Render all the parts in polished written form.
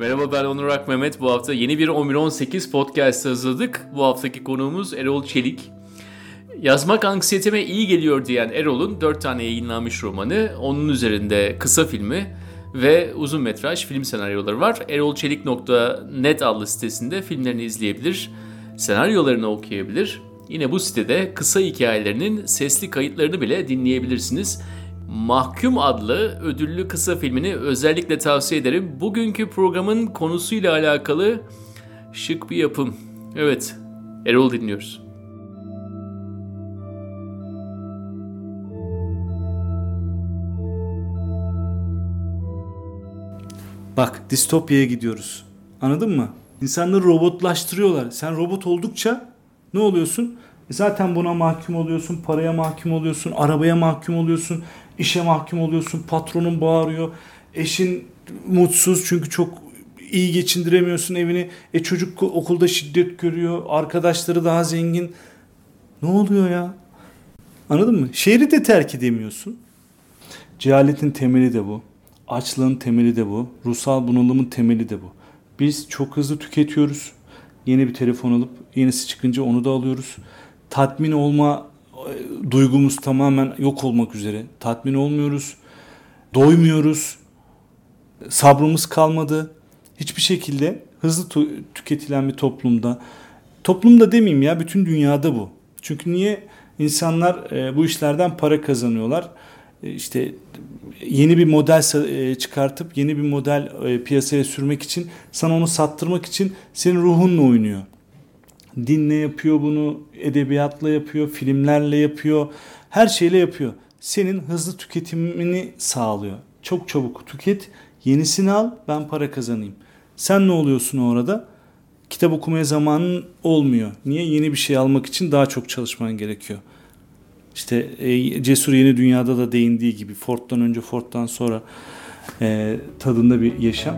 Merhaba, ben Onur Akmehmet. Bu hafta yeni bir 11-18 podcast hazırladık. Bu haftaki konuğumuz Erol Çelik. Yazmak anksiyeteme iyi geliyor diyen Erol'un 4 tane yayınlanmış romanı, onun üzerinde kısa filmi ve uzun metraj film senaryoları var. erolçelik.net adlı sitesinde filmlerini izleyebilir, senaryolarını okuyabilir. Yine bu sitede kısa hikayelerinin sesli kayıtlarını bile dinleyebilirsiniz. Mahkum adlı ödüllü kısa filmini özellikle tavsiye ederim. Bugünkü programın konusuyla alakalı şık bir yapım. Evet, Erol dinliyoruz. Bak, distopyaya gidiyoruz. Anladın mı? İnsanları robotlaştırıyorlar. Sen robot oldukça ne oluyorsun? Zaten buna mahkum oluyorsun, paraya mahkum oluyorsun, arabaya mahkum oluyorsun, işe mahkum oluyorsun, patronun bağırıyor, eşin mutsuz çünkü çok iyi geçindiremiyorsun evini, çocuk okulda şiddet görüyor, arkadaşları daha zengin. Ne oluyor ya? Anladın mı? Şehri de terk edemiyorsun. Cehaletin temeli de bu. Açlığın temeli de bu. Ruhsal bunalımın temeli de bu. Biz çok hızlı tüketiyoruz. Yeni bir telefon alıp yenisi çıkınca onu da alıyoruz. Tatmin olma duygumuz tamamen yok olmak üzere. Tatmin olmuyoruz. Doymuyoruz. Sabrımız kalmadı. Hiçbir şekilde hızlı tüketilen bir toplumda demeyeyim ya, bütün dünyada bu. Çünkü niye? İnsanlar bu işlerden para kazanıyorlar. İşte yeni bir model çıkartıp yeni bir model piyasaya sürmek için, sana onu sattırmak için senin ruhunla oynuyor. Dinle yapıyor bunu, edebiyatla yapıyor, filmlerle yapıyor, her şeyle yapıyor. Senin hızlı tüketimini sağlıyor. Çok çabuk tüket, yenisini al, ben para kazanayım. Sen ne oluyorsun orada? Kitap okumaya zamanın olmuyor. Niye? Yeni bir şey almak için daha çok çalışman gerekiyor. İşte Cesur Yeni Dünya'da da değindiği gibi Ford'dan önce Ford'dan sonra tadında bir yaşam.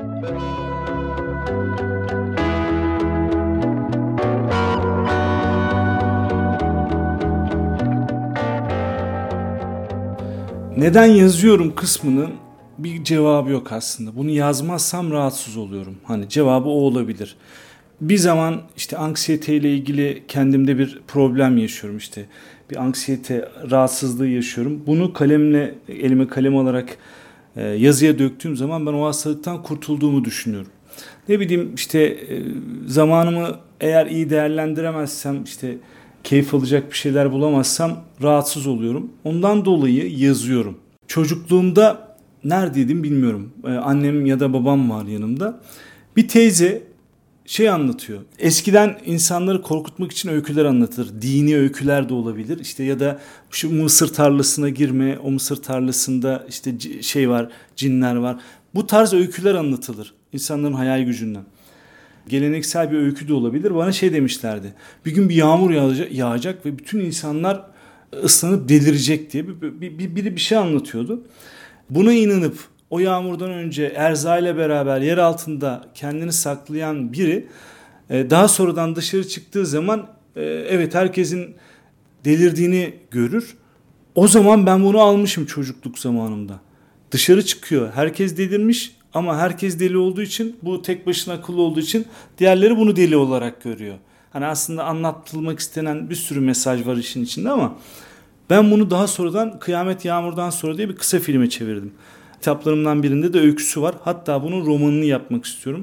Neden yazıyorum kısmının bir cevabı yok aslında. Bunu yazmazsam rahatsız oluyorum. Hani cevabı o olabilir. Bir zaman işte anksiyeteyle ilgili kendimde bir problem yaşıyorum işte. Bir anksiyete rahatsızlığı yaşıyorum. Bunu elime kalem alarak yazıya döktüğüm zaman ben o hastalıktan kurtulduğumu düşünüyorum. Ne bileyim işte zamanımı eğer iyi değerlendiremezsem, işte keyif alacak bir şeyler bulamazsam rahatsız oluyorum. Ondan dolayı yazıyorum. Çocukluğumda neredeydim bilmiyorum. Annem ya da babam var yanımda. Bir teyze anlatıyor. Eskiden insanları korkutmak için öyküler anlatır. Dini öyküler de olabilir. İşte ya da şu mısır tarlasına girme, o mısır tarlasında işte var, cinler var. Bu tarz öyküler anlatılır insanların hayal gücünden. Geleneksel bir öykü de olabilir. Bana demişlerdi. Bir gün bir yağmur yağacak ve bütün insanlar ıslanıp delirecek diye biri bir şey anlatıyordu. Buna inanıp o yağmurdan önce erzağıyla beraber yer altında kendini saklayan biri daha sonradan dışarı çıktığı zaman evet herkesin delirdiğini görür. O zaman ben bunu almışım çocukluk zamanımda. Dışarı çıkıyor, herkes delirmiş ama herkes deli olduğu için, bu tek başına akıllı olduğu için diğerleri bunu deli olarak görüyor. Hani aslında anlatılmak istenen bir sürü mesaj var işin içinde ama ben bunu daha sonradan Kıyamet Yağmur'dan sonra diye bir kısa filme çevirdim. Kitaplarımdan birinde de öyküsü var. Hatta bunun romanını yapmak istiyorum.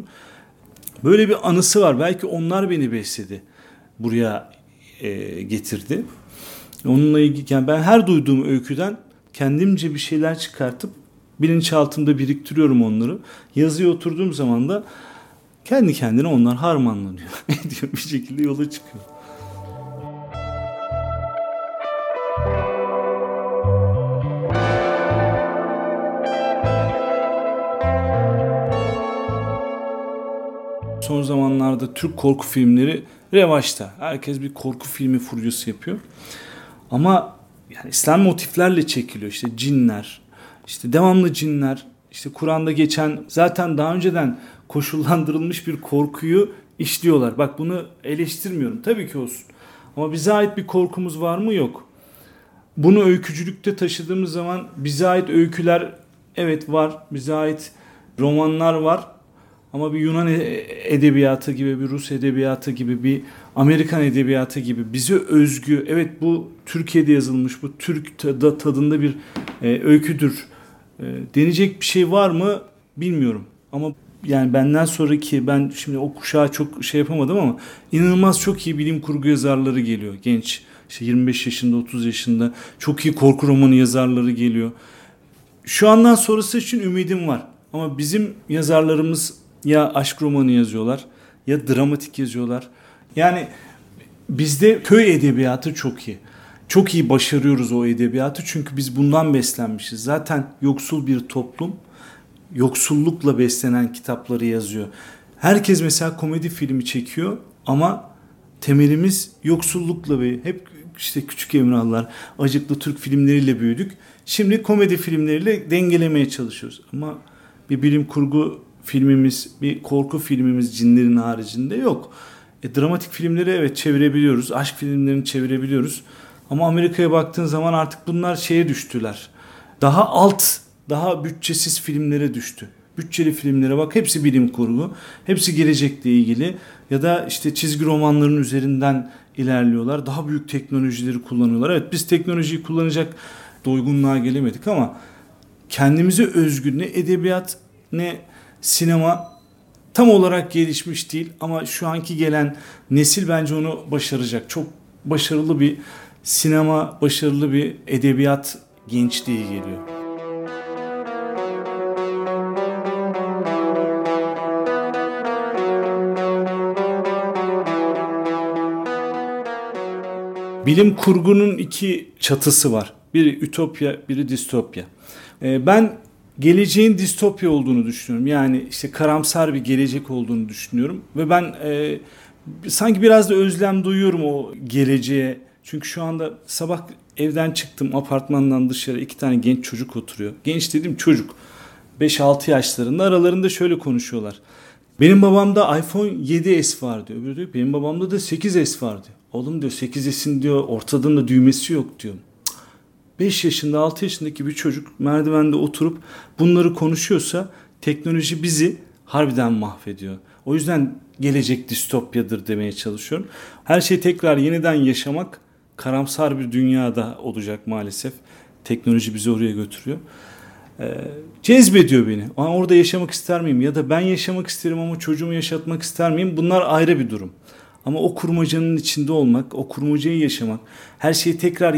Böyle bir anısı var. Belki onlar beni besledi. Buraya getirdi. Onunla ilgili yani ben her duyduğum öyküden kendimce bir şeyler çıkartıp bilinçaltımda biriktiriyorum onları. Yazıya oturduğum zaman da kendi kendine onlar harmanlanıyor. Bir şekilde yola çıkıyor. Son zamanlarda Türk korku filmleri revaçta. Herkes bir korku filmi furyası yapıyor. Ama yani İslam motiflerle çekiliyor. İşte cinler, işte devamlı cinler, işte Kur'an'da geçen zaten daha önceden koşullandırılmış bir korkuyu işliyorlar. Bak, bunu eleştirmiyorum. Tabii ki olsun. Ama bize ait bir korkumuz var mı? Yok. Bunu öykücülükte taşıdığımız zaman bize ait öyküler evet var. Bize ait romanlar var. Ama bir Yunan edebiyatı gibi, bir Rus edebiyatı gibi, bir Amerikan edebiyatı gibi bize özgü, evet bu Türkiye'de yazılmış, bu Türk tadında bir öyküdür denecek bir şey var mı bilmiyorum. Ama yani benden sonraki, ben şimdi o kuşağa çok şey yapamadım ama inanılmaz çok iyi bilim kurgu yazarları geliyor. Genç, işte 25 yaşında, 30 yaşında çok iyi korku romanı yazarları geliyor. Şu andan sonrası için ümidim var. Ama bizim yazarlarımız ya aşk romanı yazıyorlar ya dramatik yazıyorlar. Yani bizde köy edebiyatı çok iyi. Çok iyi başarıyoruz o edebiyatı çünkü biz bundan beslenmişiz. Zaten yoksul bir toplum yoksullukla beslenen kitapları yazıyor. Herkes mesela komedi filmi çekiyor ama temelimiz yoksullukla ve hep işte Küçük Emrahlar, acıklı Türk filmleriyle büyüdük. Şimdi komedi filmleriyle dengelemeye çalışıyoruz. Ama bir bilim kurgu filmimiz, bir korku filmimiz cinlerin haricinde yok. Dramatik filmleri evet çevirebiliyoruz. Aşk filmlerini çevirebiliyoruz. Ama Amerika'ya baktığın zaman artık bunlar şeye düştüler. Daha bütçesiz filmlere düştü. Bütçeli filmlere bak, hepsi bilim kurgu. Hepsi gelecekle ilgili. Ya da işte çizgi romanların üzerinden ilerliyorlar. Daha büyük teknolojileri kullanıyorlar. Evet biz teknolojiyi kullanacak doygunluğa gelemedik ama kendimize özgü ne edebiyat ne sinema tam olarak gelişmiş değil. Ama şu anki gelen nesil bence onu başaracak. Çok başarılı bir sinema, başarılı bir edebiyat gençliği geliyor. Bilim kurgunun iki çatısı var. Biri ütopya, biri distopya. Ben geleceğin distopya olduğunu düşünüyorum. Yani işte karamsar bir gelecek olduğunu düşünüyorum. Ve ben sanki biraz da özlem duyuyorum o geleceğe. Çünkü şu anda sabah evden çıktım, apartmandan dışarı 2 tane genç çocuk oturuyor. Genç dediğim çocuk. 5-6 yaşlarında, aralarında şöyle konuşuyorlar. Benim babamda iPhone 7s var diyor. Öbürü diyor benim babamda da 8s var diyor. Oğlum diyor 8s'in diyor ortadan da düğmesi yok diyor. 5 yaşında 6 yaşındaki bir çocuk merdivende oturup bunları konuşuyorsa teknoloji bizi harbiden mahvediyor. O yüzden gelecek distopyadır demeye çalışıyorum. Her şeyi tekrar yeniden yaşamak karamsar bir dünyada olacak maalesef. Teknoloji bizi oraya götürüyor. Cezbediyor beni. Orada yaşamak ister miyim? Ya da ben yaşamak isterim ama çocuğumu yaşatmak ister miyim? Bunlar ayrı bir durum. Ama o kurmacanın içinde olmak, o kurmacayı yaşamak, her şeyi tekrar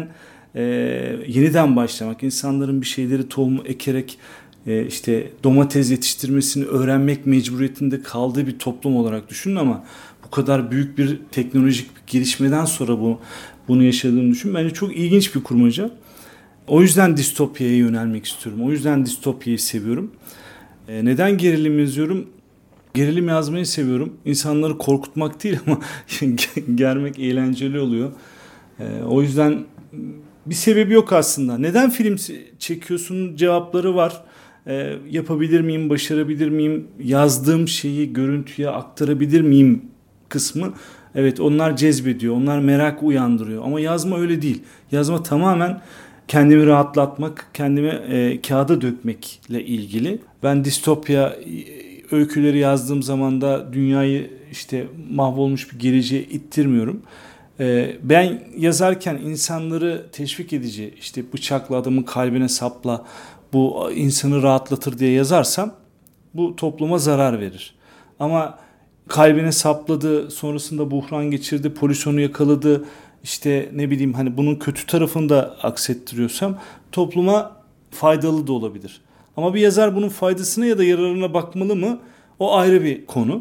yeniden başlamak, insanların bir şeyleri tohum ekerek işte domates yetiştirmesini öğrenmek mecburiyetinde kaldığı bir toplum olarak düşünün ama bu kadar büyük bir teknolojik gelişmeden sonra bunu yaşadığını düşün. Bence çok ilginç bir kurmaca. O yüzden distopyaya yönelmek istiyorum. O yüzden distopyayı seviyorum. Neden gerilim yazıyorum? Gerilim yazmayı seviyorum. İnsanları korkutmak değil ama germek eğlenceli oluyor. O yüzden bir sebebi yok aslında. Neden film çekiyorsun? Cevapları var. Yapabilir miyim? Başarabilir miyim? Yazdığım şeyi görüntüye aktarabilir miyim kısmı. Evet onlar cezbediyor. Onlar merak uyandırıyor. Ama yazma öyle değil. Yazma tamamen kendimi rahatlatmak, kendimi kağıda dökmekle ilgili. Ben distopya öyküleri yazdığım zaman da dünyayı işte mahvolmuş bir geleceğe ittirmiyorum. Ben yazarken insanları teşvik edici, işte bıçakla adamın kalbine sapla, bu insanı rahatlatır diye yazarsam bu topluma zarar verir. Ama kalbine sapladı, sonrasında buhran geçirdi, polis onu yakaladı, işte ne bileyim hani bunun kötü tarafını da aksettiriyorsam topluma faydalı da olabilir. Ama bir yazar bunun faydasına ya da yararına bakmalı mı? O ayrı bir konu.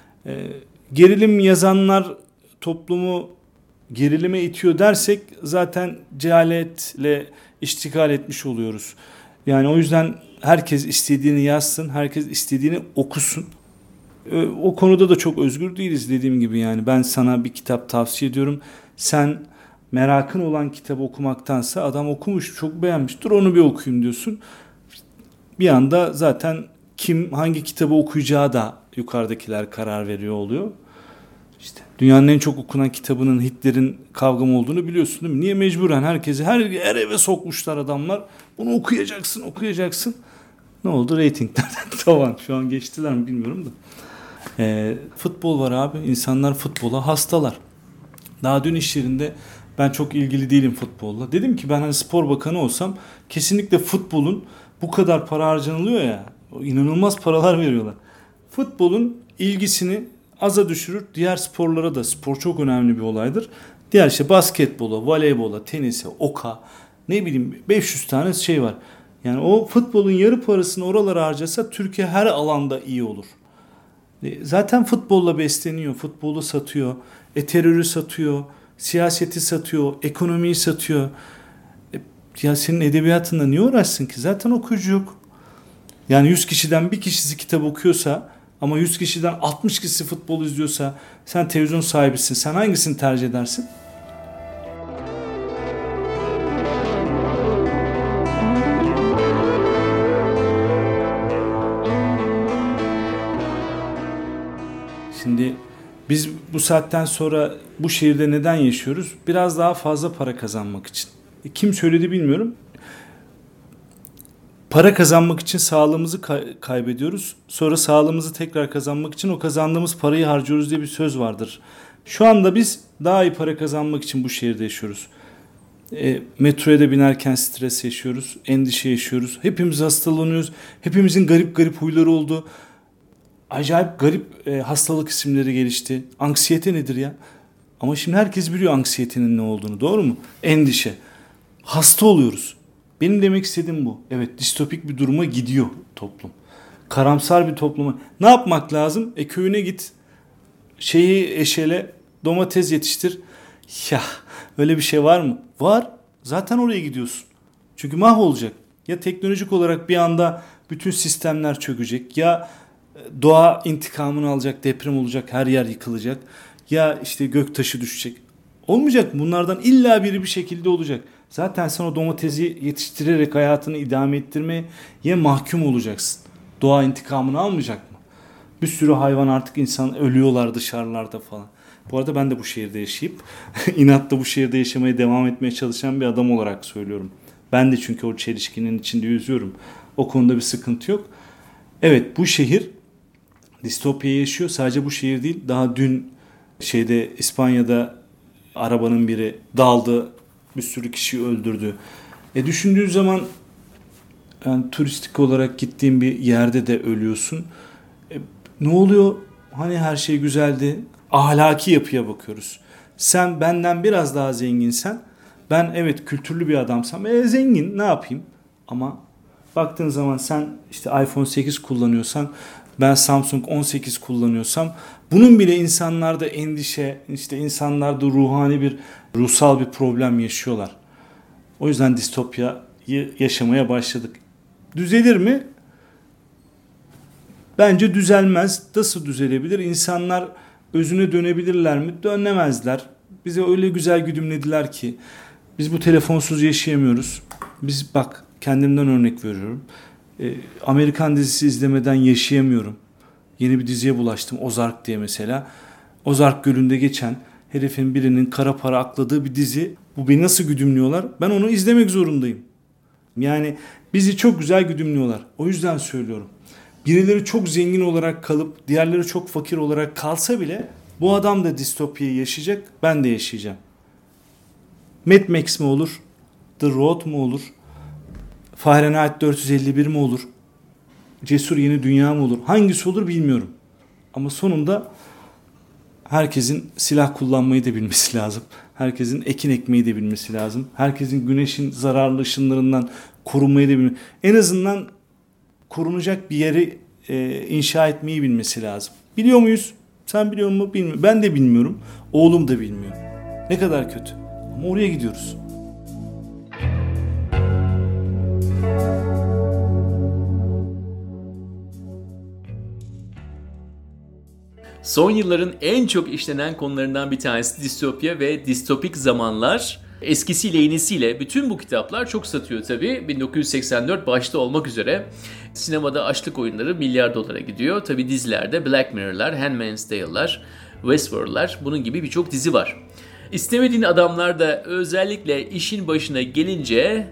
Gerilim yazanlar toplumu gerilime itiyor dersek zaten cehaletle iştigal etmiş oluyoruz. Yani o yüzden herkes istediğini yazsın, herkes istediğini okusun. O konuda da çok özgür değiliz dediğim gibi yani. Ben sana bir kitap tavsiye ediyorum. Sen merakın olan kitabı okumaktansa adam okumuş, çok beğenmiş. Dur onu bir okuyayım diyorsun. Bir anda zaten kim hangi kitabı okuyacağı da yukarıdakiler karar veriyor oluyor. İşte dünyanın en çok okunan kitabının Hitler'in Kavgam olduğunu biliyorsun değil mi? Niye mecburen herkesi her eve sokmuşlar adamlar. Bunu okuyacaksın. Ne oldu? Reytingler tavan. Şu an geçtiler mi bilmiyorum da. Futbol var abi. İnsanlar futbola hastalar. Daha dün iş yerinde ben çok ilgili değilim futbolla. Dedim ki ben hani spor bakanı olsam kesinlikle futbolun bu kadar para harcanılıyor ya. İnanılmaz paralar veriyorlar. Futbolun ilgisini aza düşürür. Diğer sporlara da, spor çok önemli bir olaydır. Diğer işte basketbola, voleybola, tenise, oka, ne bileyim 500 tane şey var. Yani o futbolun yarı parasını oralara harcasa Türkiye her alanda iyi olur. Zaten futbolla besleniyor, futbolu satıyor, terörü satıyor, siyaseti satıyor, ekonomiyi satıyor. Ya senin edebiyatında niye uğraşsın ki? Zaten okuyucu yok. Yani 100 kişiden bir kişisi kitap okuyorsa ama 100 kişiden 60 kişisi futbol izliyorsa sen televizyon sahibisin. Sen hangisini tercih edersin? Şimdi biz bu saatten sonra bu şehirde neden yaşıyoruz? Biraz daha fazla para kazanmak için. Kim söyledi bilmiyorum. Para kazanmak için sağlığımızı kaybediyoruz. Sonra sağlığımızı tekrar kazanmak için o kazandığımız parayı harcıyoruz diye bir söz vardır. Şu anda biz daha iyi para kazanmak için bu şehirde yaşıyoruz. Metroya da binerken stres yaşıyoruz, endişe yaşıyoruz. Hepimiz hastalanıyoruz. Hepimizin garip garip huyları oldu. Acayip garip hastalık isimleri gelişti. Anksiyete nedir ya? Ama şimdi herkes biliyor anksiyetenin ne olduğunu, doğru mu? Endişe. Hasta oluyoruz. Benim demek istediğim bu. Evet, distopik bir duruma gidiyor toplum. Karamsar bir topluma. Ne yapmak lazım? Köyüne git. Şeyi eşele, domates yetiştir. Ya öyle bir şey var mı? Var. Zaten oraya gidiyorsun. Çünkü mahvolacak. Ya teknolojik olarak bir anda bütün sistemler çökecek. Ya doğa intikamını alacak, deprem olacak, her yer yıkılacak. Ya işte göktaşı düşecek. Olmayacak. Bunlardan illa biri bir şekilde olacak. Zaten sen o domatesi yetiştirerek hayatını idame ettirmeye mahkum olacaksın. Doğa intikamını almayacak mı? Bir sürü hayvan artık insan ölüyorlar dışarılarda falan. Bu arada ben de bu şehirde yaşayıp inatla bu şehirde yaşamaya devam etmeye çalışan bir adam olarak söylüyorum. Ben de çünkü o çelişkinin içinde yüzüyorum. O konuda bir sıkıntı yok. Evet, bu şehir distopya yaşıyor. Sadece bu şehir değil. Daha dün İspanya'da arabanın biri daldı. Bir sürü kişiyi öldürdü. Düşündüğün zaman yani turistik olarak gittiğin bir yerde de ölüyorsun. Ne oluyor? Hani her şey güzeldi. Ahlaki yapıya bakıyoruz. Sen benden biraz daha zenginsen, ben evet kültürlü bir adamsam, zengin ne yapayım? Ama baktığın zaman sen işte iPhone 8 kullanıyorsan, ben Samsung 18 kullanıyorsam, bunun bile insanlarda endişe, işte insanlarda ruhsal bir problem yaşıyorlar. O yüzden distopyayı yaşamaya başladık. Düzelir mi? Bence düzelmez. Nasıl düzelebilir? İnsanlar özüne dönebilirler mi? Dönemezler. Bize öyle güzel güdümlediler ki biz bu telefonsuz yaşayamıyoruz. Biz bak kendimden örnek veriyorum. Amerikan dizisi izlemeden yaşayamıyorum. Yeni bir diziye bulaştım. Ozark diye mesela. Ozark Gölü'nde geçen herifin birinin kara para akladığı bir dizi. Bu beni nasıl güdümlüyorlar? Ben onu izlemek zorundayım. Yani bizi çok güzel güdümlüyorlar. O yüzden söylüyorum. Birileri çok zengin olarak kalıp diğerleri çok fakir olarak kalsa bile bu adam da distopyayı yaşayacak. Ben de yaşayacağım. Mad Max mi olur? The Road mu olur? Fahrenheit 451 mi olur? Cesur Yeni Dünya mı olur? Hangisi olur bilmiyorum. Ama sonunda herkesin silah kullanmayı da bilmesi lazım. Herkesin ekin ekmeyi de bilmesi lazım. Herkesin güneşin zararlı ışınlarından korunmayı da bilmesi. En azından korunacak bir yeri inşa etmeyi bilmesi lazım. Biliyor muyuz? Sen biliyor musun? Bilmiyorum. Ben de bilmiyorum. Oğlum da bilmiyor. Ne kadar kötü. Ama oraya gidiyoruz. Son yılların en çok işlenen konularından bir tanesi distopya ve distopik zamanlar. Eskisiyle yenisiyle bütün bu kitaplar çok satıyor tabii. 1984 başta olmak üzere. Sinemada Açlık Oyunları milyar dolara gidiyor. Tabii dizilerde Black Mirror'lar, Handmaid's Tale'lar, Westworld'lar, bunun gibi birçok dizi var. İstemediğin adamlar da özellikle işin başına gelince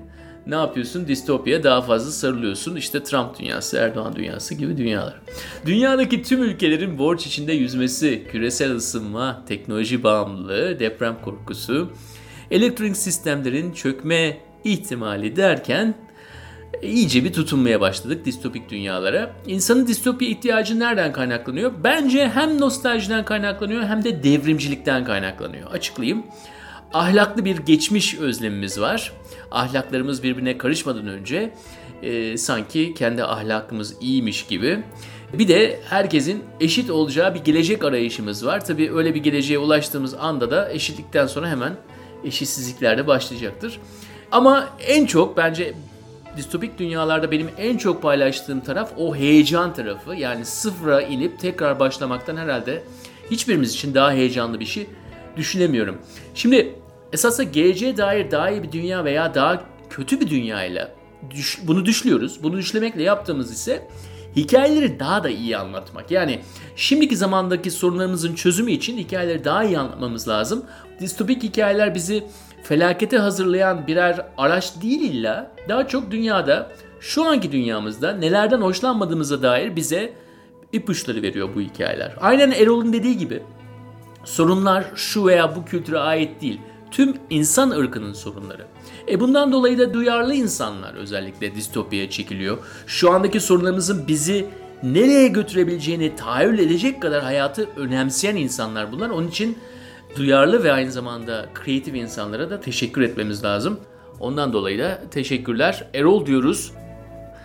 ne yapıyorsun? Distopyaya daha fazla sarılıyorsun. İşte Trump dünyası, Erdoğan dünyası gibi dünyalar. Dünyadaki tüm ülkelerin borç içinde yüzmesi, küresel ısınma, teknoloji bağımlılığı, deprem korkusu, elektronik sistemlerin çökme ihtimali derken iyice bir tutunmaya başladık distopik dünyalara. İnsanın distopya ihtiyacı nereden kaynaklanıyor? Bence hem nostaljiden kaynaklanıyor hem de devrimcilikten kaynaklanıyor. Açıklayayım. Ahlaklı bir geçmiş özlemimiz var. Ahlaklarımız birbirine karışmadan önce sanki kendi ahlakımız iyiymiş gibi. Bir de herkesin eşit olacağı bir gelecek arayışımız var. Tabii öyle bir geleceğe ulaştığımız anda da eşitlikten sonra hemen eşitsizlikler de başlayacaktır. Ama en çok bence distopik dünyalarda benim en çok paylaştığım taraf o heyecan tarafı. Yani sıfıra inip tekrar başlamaktan herhalde hiçbirimiz için daha heyecanlı bir şey düşünemiyorum. Şimdi esasında geleceğe dair daha iyi bir dünya veya daha kötü bir dünyayla bunu düşlüyoruz. Bunu düşlemekle yaptığımız ise hikayeleri daha da iyi anlatmak. Yani şimdiki zamandaki sorunlarımızın çözümü için hikayeleri daha iyi anlatmamız lazım. Distopik hikayeler bizi felakete hazırlayan birer araç değil illa daha çok dünyada, şu anki dünyamızda nelerden hoşlanmadığımıza dair bize ipuçları veriyor bu hikayeler. Aynen Erol'un dediği gibi sorunlar şu veya bu kültüre ait değil. Tüm insan ırkının sorunları. Bundan dolayı da duyarlı insanlar özellikle distopyaya çekiliyor. Şu andaki sorunlarımızın bizi nereye götürebileceğini tahayyül edecek kadar hayatı önemseyen insanlar bunlar. Onun için duyarlı ve aynı zamanda kreatif insanlara da teşekkür etmemiz lazım. Ondan dolayı da teşekkürler. Erol diyoruz.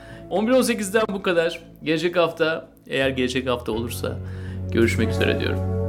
11.18'den bu kadar. Gelecek hafta, eğer gelecek hafta olursa görüşmek üzere diyorum.